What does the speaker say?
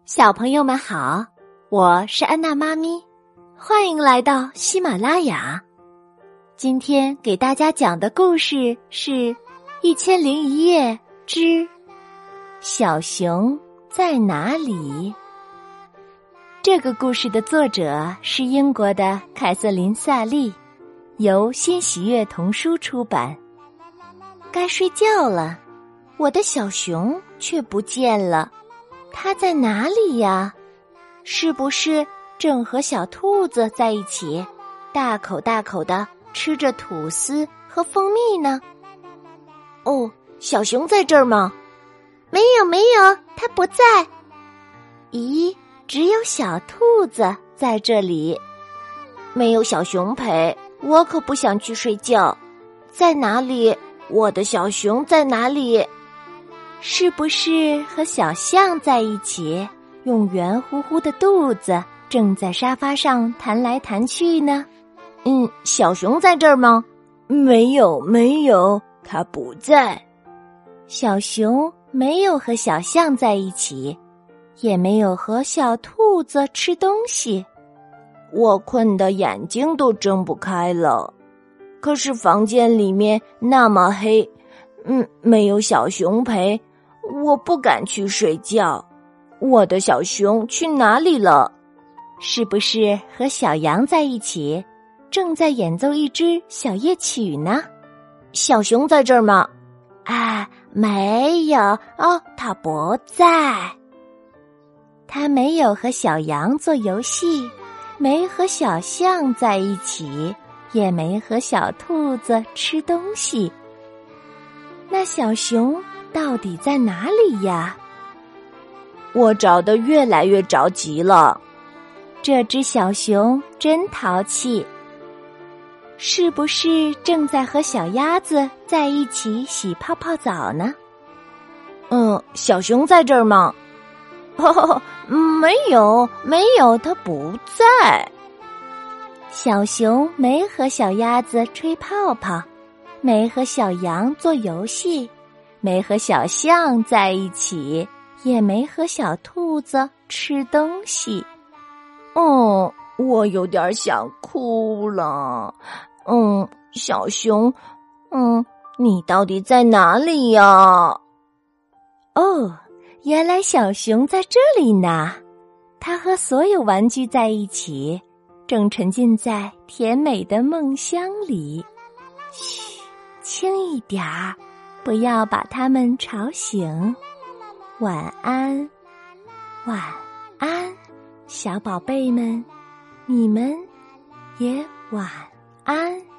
小朋友们好，我是安娜妈咪，欢迎来到喜马拉雅。今天给大家讲的故事是《1001夜之小熊在哪里》。这个故事的作者是英国的凯瑟琳·萨利，由新喜悦童书出版。该睡觉了，我的小熊却不见了。它在哪里呀？是不是正和小兔子在一起，大口大口地吃着吐司和蜂蜜呢？哦，小熊在这儿吗？没有，它不在。咦，只有小兔子在这里。没有小熊陪，我可不想去睡觉。在哪里？我的小熊在哪里？是不是和小象在一起，用圆乎乎的肚子正在沙发上弹来弹去呢？小熊在这儿吗？ 没有，它不在。 小熊没有和小象在一起，也没有和小兔子吃东西。 我困得眼睛都睁不开了，可是房间里面那么黑，没有小熊陪，我不敢去睡觉。我的小熊去哪里了？ 是不是和小羊在一起，正在演奏一支小夜曲呢？ 小熊在这儿吗？ 没有哦，它不在。它没有和小羊做游戏，没和小象在一起，也没和小兔子吃东西。那小熊到底在哪里呀？ 我找得越来越着急了。 这只小熊真淘气，是不是正在和小鸭子在一起洗泡泡澡呢？ 小熊在这儿吗？没有，它不在。 小熊没和小鸭子吹泡泡，没和小羊做游戏，没和小象在一起，也没和小兔子吃东西。 我有点想哭了。小熊，你到底在哪里呀？ 哦，原来小熊在这里呢。它和所有玩具在一起，正沉浸在甜美的梦乡里。嘘，轻一点儿，不要把它们吵醒。晚安，晚安，小宝贝们，你们也晚安。